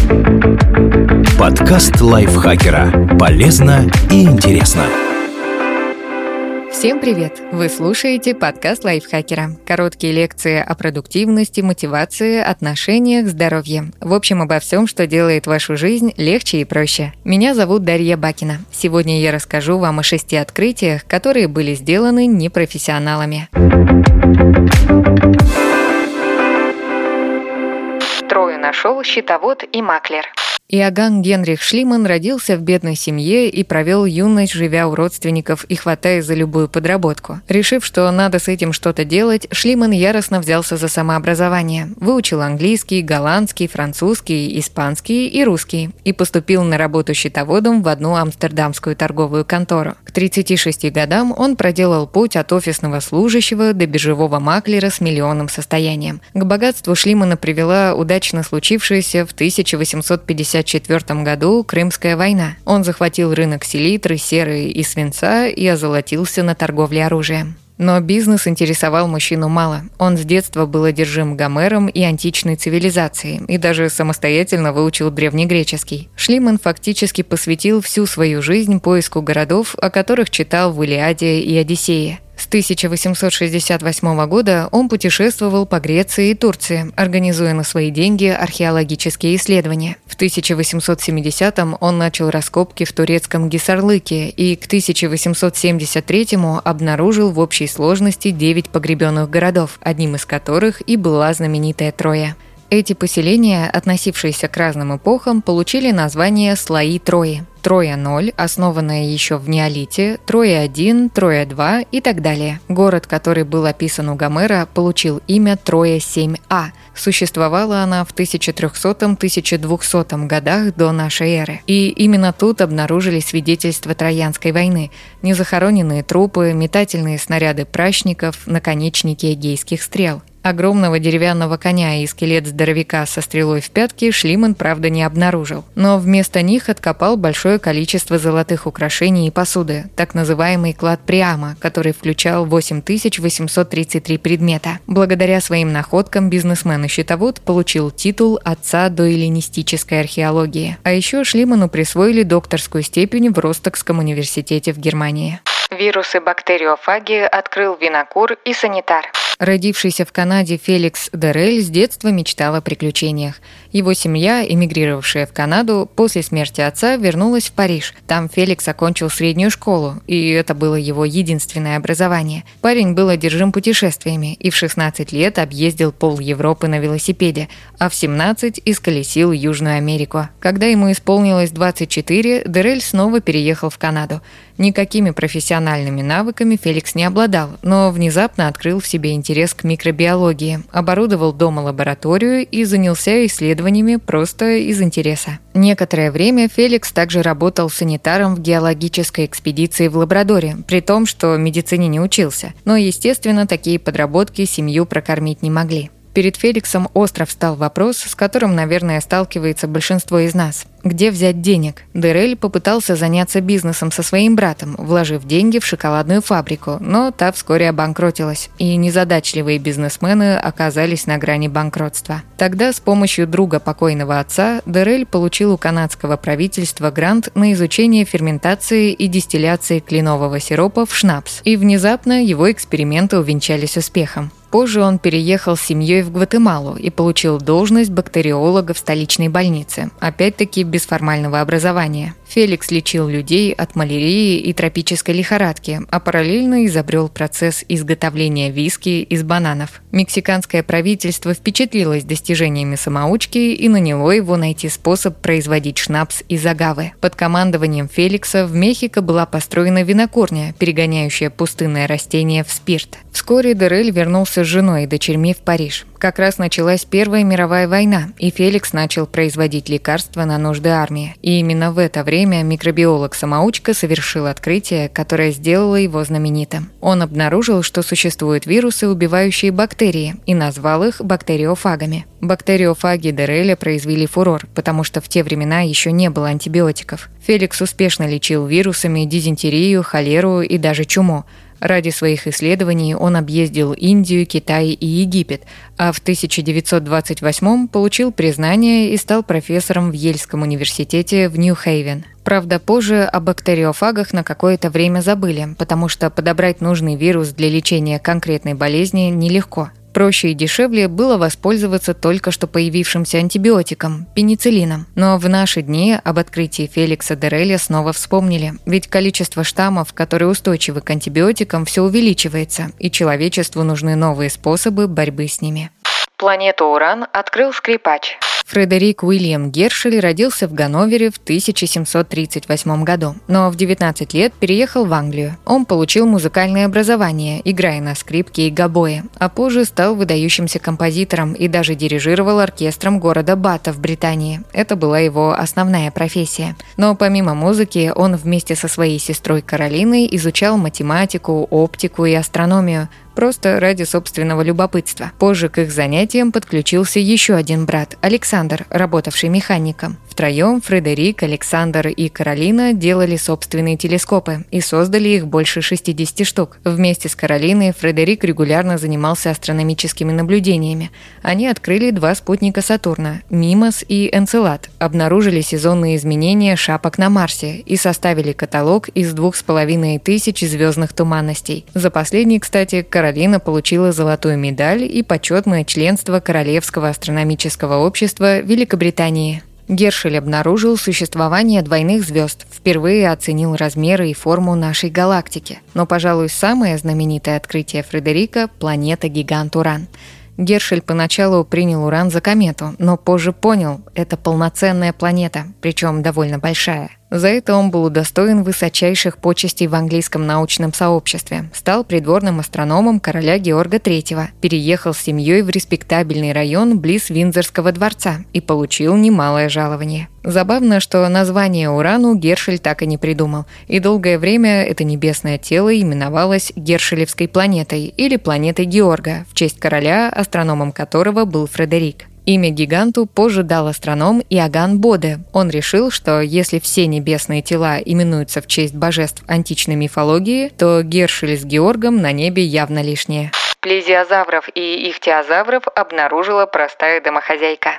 Подкаст лайфхакера. Полезно и интересно. Всем привет! Вы слушаете подкаст лайфхакера. Короткие лекции о продуктивности, мотивации, отношениях, здоровье. В общем, обо всем, что делает вашу жизнь легче и проще. Меня зовут Дарья Бакина. Сегодня я расскажу вам о 6 открытиях, которые были сделаны непрофессионалами. Трою нашел счетовод и маклер. Иоганн Генрих Шлиман родился в бедной семье и провел юность, живя у родственников и хватаясь за любую подработку. Решив, что надо с этим что-то делать, Шлиман яростно взялся за самообразование. Выучил английский, голландский, французский, испанский и русский и поступил на работу счетоводом в одну амстердамскую торговую контору. К 36 годам он проделал путь от офисного служащего до биржевого маклера с миллионным состоянием. К богатству Шлимана привела удачно случившаяся в 1854 году Крымская война. Он захватил рынок селитры, серы и свинца и озолотился на торговле оружием. Но бизнес интересовал мужчину мало. Он с детства был одержим Гомером и античной цивилизацией, и даже самостоятельно выучил древнегреческий. Шлиман фактически посвятил всю свою жизнь поиску городов, о которых читал в «Илиаде» и «Одиссее». С 1868 года он путешествовал по Греции и Турции, организуя на свои деньги археологические исследования. В 1870-м он начал раскопки в турецком Гисарлыке и к 1873-му обнаружил в общей сложности 9 погребенных городов, одним из которых и была знаменитая Троя. Эти поселения, относившиеся к разным эпохам, получили название «Слои Трои». Троя-0, основанная еще в неолите, Троя-1, Троя-2 и так далее. Город, который был описан у Гомера, получил имя Троя-7А. Существовала она в 1300-1200 годах до нашей эры. И именно тут обнаружили свидетельства Троянской войны, незахороненные трупы, метательные снаряды пращников, наконечники эгейских стрел. Огромного деревянного коня и скелет здоровяка со стрелой в пятке Шлиман, правда, не обнаружил. Но вместо них откопал большое количество золотых украшений и посуды, так называемый клад Приама, который включал 8833 предмета. Благодаря своим находкам бизнесмен и счетовод получил титул отца доэллинистической археологии. А еще Шлиману присвоили докторскую степень в Ростокском университете в Германии. Вирусы бактериофаги открыл Винокур и санитар. Родившийся в Канаде Феликс Дерель с детства мечтал о приключениях. Его семья, эмигрировавшая в Канаду, после смерти отца вернулась в Париж. Там Феликс окончил среднюю школу, и это было его единственное образование. Парень был одержим путешествиями и в 16 лет объездил пол Европы на велосипеде, а в 17 исколесил Южную Америку. Когда ему исполнилось 24, Дерель снова переехал в Канаду. Никакими профессиональными навыками Феликс не обладал, но внезапно открыл в себе интерес к микробиологии, оборудовал дома лабораторию и занялся исследованиями просто из интереса. Некоторое время Феликс также работал санитаром в геологической экспедиции в Лабрадоре, при том, что медицине не учился. Но, естественно, такие подработки семью прокормить не могли. Перед Феликсом остро встал вопрос, с которым, наверное, сталкивается большинство из нас. Где взять денег? Дерель попытался заняться бизнесом со своим братом, вложив деньги в шоколадную фабрику, но та вскоре обанкротилась, и незадачливые бизнесмены оказались на грани банкротства. Тогда с помощью друга покойного отца Дерель получил у канадского правительства грант на изучение ферментации и дистилляции кленового сиропа в шнапс, и внезапно его эксперименты увенчались успехом. Позже он переехал с семьей в Гватемалу и получил должность бактериолога в столичной больнице, опять-таки без формального образования. Феликс лечил людей от малярии и тропической лихорадки, а параллельно изобрел процесс изготовления виски из бананов. Мексиканское правительство впечатлилось достижениями самоучки и наняло его найти способ производить шнапс из агавы. Под командованием Феликса в Мехико была построена винокурня, перегоняющая пустынное растение в спирт. Вскоре Дерель вернулся с женой и дочерьми в Париж. Как раз началась Первая мировая война, и Феликс начал производить лекарства на нужды армии. И именно в это время микробиолог-самоучка совершил открытие, которое сделало его знаменитым. Он обнаружил, что существуют вирусы, убивающие бактерии, и назвал их бактериофагами. Бактериофаги Дереля произвели фурор, потому что в те времена еще не было антибиотиков. Феликс успешно лечил вирусами дизентерию, холеру и даже чуму. Ради своих исследований он объездил Индию, Китай и Египет, а в 1928 получил признание и стал профессором в Йельском университете в Нью-Хейвен. Правда, позже о бактериофагах на какое-то время забыли, потому что подобрать нужный вирус для лечения конкретной болезни нелегко. Проще и дешевле было воспользоваться только что появившимся антибиотиком – пенициллином. Но в наши дни об открытии Феликса Дерреля снова вспомнили, ведь количество штаммов, которые устойчивы к антибиотикам, все увеличивается, и человечеству нужны новые способы борьбы с ними. Планету Уран открыл скрипач. Фредерик Уильям Гершель родился в Ганновере в 1738 году, но в 19 лет переехал в Англию. Он получил музыкальное образование, играя на скрипке и гобое, а позже стал выдающимся композитором и даже дирижировал оркестром города Бата в Британии. Это была его основная профессия. Но помимо музыки, он вместе со своей сестрой Каролиной изучал математику, оптику и астрономию, просто ради собственного любопытства. Позже к их занятиям подключился еще один брат, Александр, работавший механиком. Втроем Фредерик, Александр и Каролина делали собственные телескопы и создали их больше 60 штук. Вместе с Каролиной Фредерик регулярно занимался астрономическими наблюдениями. Они открыли 2 спутника Сатурна – Мимос и Энцелад, обнаружили сезонные изменения шапок на Марсе и составили каталог из 2500 звездных туманностей. За последний, кстати, Каролина получила золотую медаль и почетное членство Королевского астрономического общества Великобритании. Гершель обнаружил существование двойных звезд, впервые оценил размеры и форму нашей галактики. Но, пожалуй, самое знаменитое открытие Фредерика – планета-гигант Уран. Гершель поначалу принял Уран за комету, но позже понял – это полноценная планета, причем довольно большая. За это он был удостоен высочайших почестей в английском научном сообществе, стал придворным астрономом короля Георга III, переехал с семьей в респектабельный район близ Виндзорского дворца и получил немалое жалование. Забавно, что название Урану Гершель так и не придумал, и долгое время это небесное тело именовалось Гершелевской планетой или планетой Георга, в честь короля, астрономом которого был Фредерик. Имя гиганту позже дал астроном Иоганн Боде. Он решил, что если все небесные тела именуются в честь божеств античной мифологии, то Гершель с Георгом на небе явно лишнее. Плезиозавров и ихтиозавров обнаружила простая домохозяйка.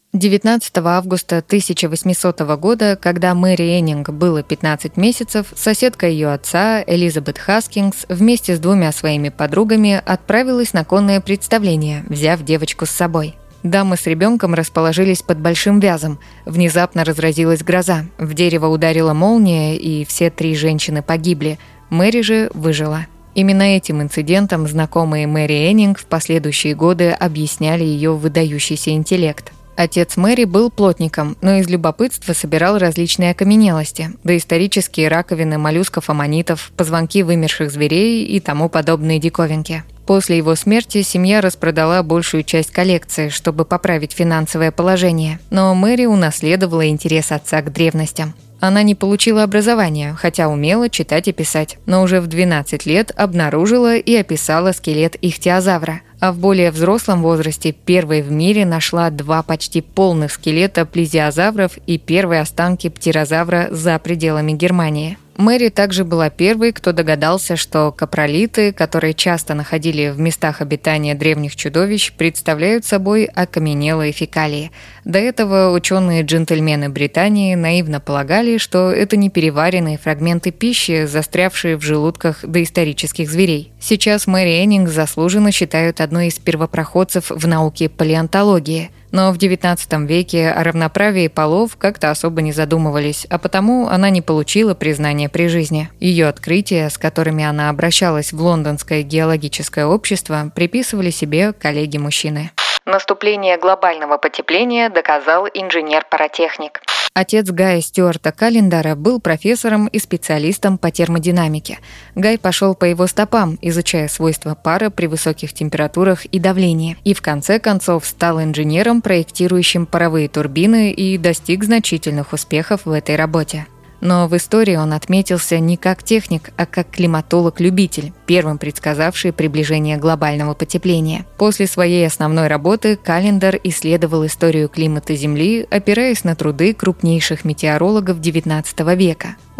19 августа 1800 года, когда Мэри Эннинг было 15 месяцев, соседка ее отца, Элизабет Хаскингс, вместе с 2 своими подругами отправилась на конное представление, взяв девочку с собой. Дамы с ребенком расположились под большим вязом. Внезапно разразилась гроза. В дерево ударила молния, и все 3 женщины погибли. Мэри же выжила. Именно этим инцидентом знакомые Мэри Эннинг в последующие годы объясняли ее выдающийся интеллект. Отец Мэри был плотником, но из любопытства собирал различные окаменелости, доисторические раковины моллюсков-аммонитов, позвонки вымерших зверей и тому подобные диковинки. После его смерти семья распродала большую часть коллекции, чтобы поправить финансовое положение, но Мэри унаследовала интерес отца к древностям. Она не получила образования, хотя умела читать и писать, но уже в 12 лет обнаружила и описала скелет ихтиозавра, а в более взрослом возрасте первой в мире нашла 2 почти полных скелета плезиозавров и первые останки птерозавра за пределами Германии. Мэри также была первой, кто догадался, что капролиты, которые часто находили в местах обитания древних чудовищ, представляют собой окаменелые фекалии. До этого ученые-джентльмены Британии наивно полагали, что это не переваренные фрагменты пищи, застрявшие в желудках доисторических зверей. Сейчас Мэри Эннинг заслуженно считают одной из первопроходцев в науке палеонтологии. Но в XIX веке о равноправии полов как-то особо не задумывались, а потому она не получила признания при жизни. Ее открытия, с которыми она обращалась в Лондонское геологическое общество, приписывали себе коллеги-мужчины. Наступление глобального потепления доказал инженер-паратехник. Отец Гая Стюарта Каллендара был профессором и специалистом по термодинамике. Гай пошел по его стопам, изучая свойства пара при высоких температурах и давлении, и в конце концов стал инженером, проектирующим паровые турбины, и достиг значительных успехов в этой работе. Но в истории он отметился не как техник, а как климатолог-любитель, первым предсказавший приближение глобального потепления. После своей основной работы Каллендер исследовал историю климата Земли, опираясь на труды крупнейших метеорологов XIX века.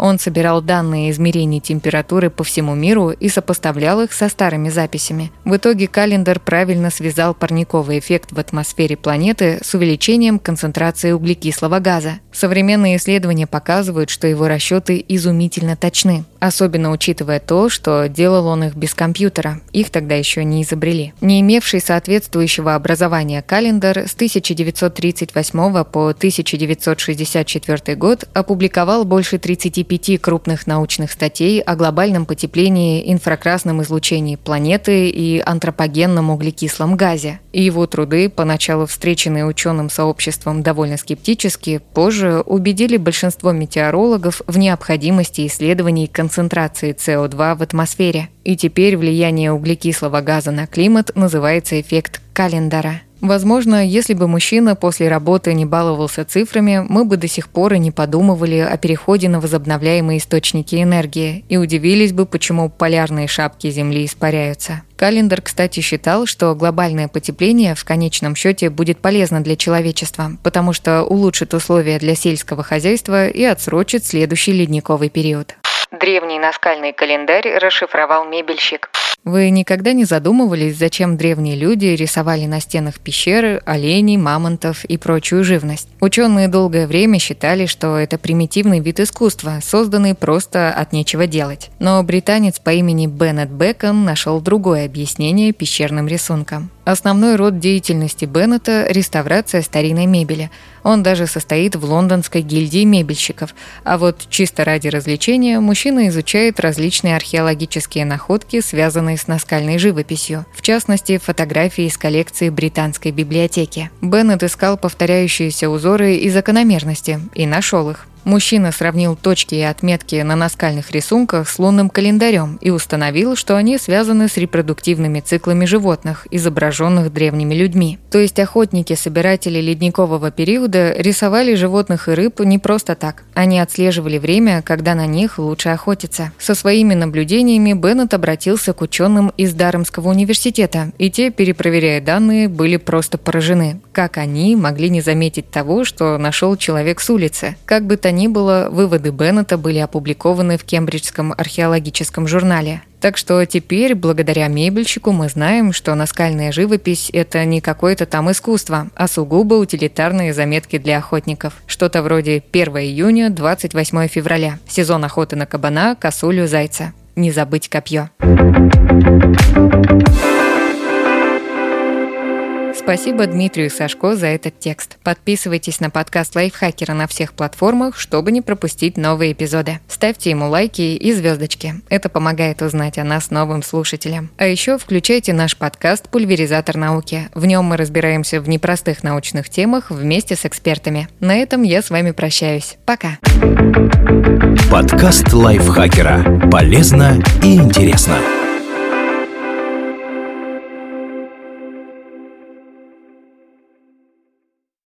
Он собирал данные измерений температуры по всему миру и сопоставлял их со старыми записями. В итоге Календер правильно связал парниковый эффект в атмосфере планеты с увеличением концентрации углекислого газа. Современные исследования показывают, что его расчеты изумительно точны, особенно учитывая то, что делал он их без компьютера. Их тогда еще не изобрели. Не имевший соответствующего образования Календер с 1938 по 1964 год опубликовал больше 35 крупных научных статей о глобальном потеплении, инфракрасном излучении планеты и антропогенном углекислом газе. И его труды, поначалу встреченные ученым сообществом довольно скептически, позже убедили большинство метеорологов в необходимости исследований концентрации СО2 в атмосфере. И теперь влияние углекислого газа на климат называется эффект Календера. Возможно, если бы мужчина после работы не баловался цифрами, мы бы до сих пор и не подумывали о переходе на возобновляемые источники энергии и удивились бы, почему полярные шапки Земли испаряются. Календер, кстати, считал, что глобальное потепление в конечном счете будет полезно для человечества, потому что улучшит условия для сельского хозяйства и отсрочит следующий ледниковый период. Древний наскальный календарь расшифровал мебельщик. Вы никогда не задумывались, зачем древние люди рисовали на стенах пещеры оленей, мамонтов и прочую живность? Ученые долгое время считали, что это примитивный вид искусства, созданный просто от нечего делать. Но британец по имени Беннет Бэкон нашел другое объяснение пещерным рисункам. Основной род деятельности Беннета – реставрация старинной мебели. Он даже состоит в лондонской гильдии мебельщиков. А вот чисто ради развлечения мужчина изучает различные археологические находки, связанные с наскальной живописью. В частности, фотографии из коллекции британской библиотеки. Беннет искал повторяющиеся узоры и закономерности, и нашел их. Мужчина сравнил точки и отметки на наскальных рисунках с лунным календарем и установил, что они связаны с репродуктивными циклами животных, изображенных древними людьми. То есть охотники-собиратели ледникового периода рисовали животных и рыб не просто так. Они отслеживали время, когда на них лучше охотиться. Со своими наблюдениями Беннет обратился к ученым из Дарамского университета, и те, перепроверяя данные, были просто поражены. Как они могли не заметить того, что нашел человек с улицы? Как бы то ни было, выводы Беннета были опубликованы в Кембриджском археологическом журнале. Так что теперь, благодаря мебельщику, мы знаем, что наскальная живопись – это не какое-то там искусство, а сугубо утилитарные заметки для охотников. Что-то вроде 1 июня, 28 февраля. Сезон охоты на кабана, косулю, зайца. Не забыть копье. Спасибо Дмитрию Сашко за этот текст. Подписывайтесь на подкаст Лайфхакера на всех платформах, чтобы не пропустить новые эпизоды. Ставьте ему лайки и звездочки. Это помогает узнать о нас новым слушателям. А еще включайте наш подкаст «Пульверизатор науки». В нем мы разбираемся в непростых научных темах вместе с экспертами. На этом я с вами прощаюсь. Пока. Подкаст Лайфхакера. Полезно и интересно.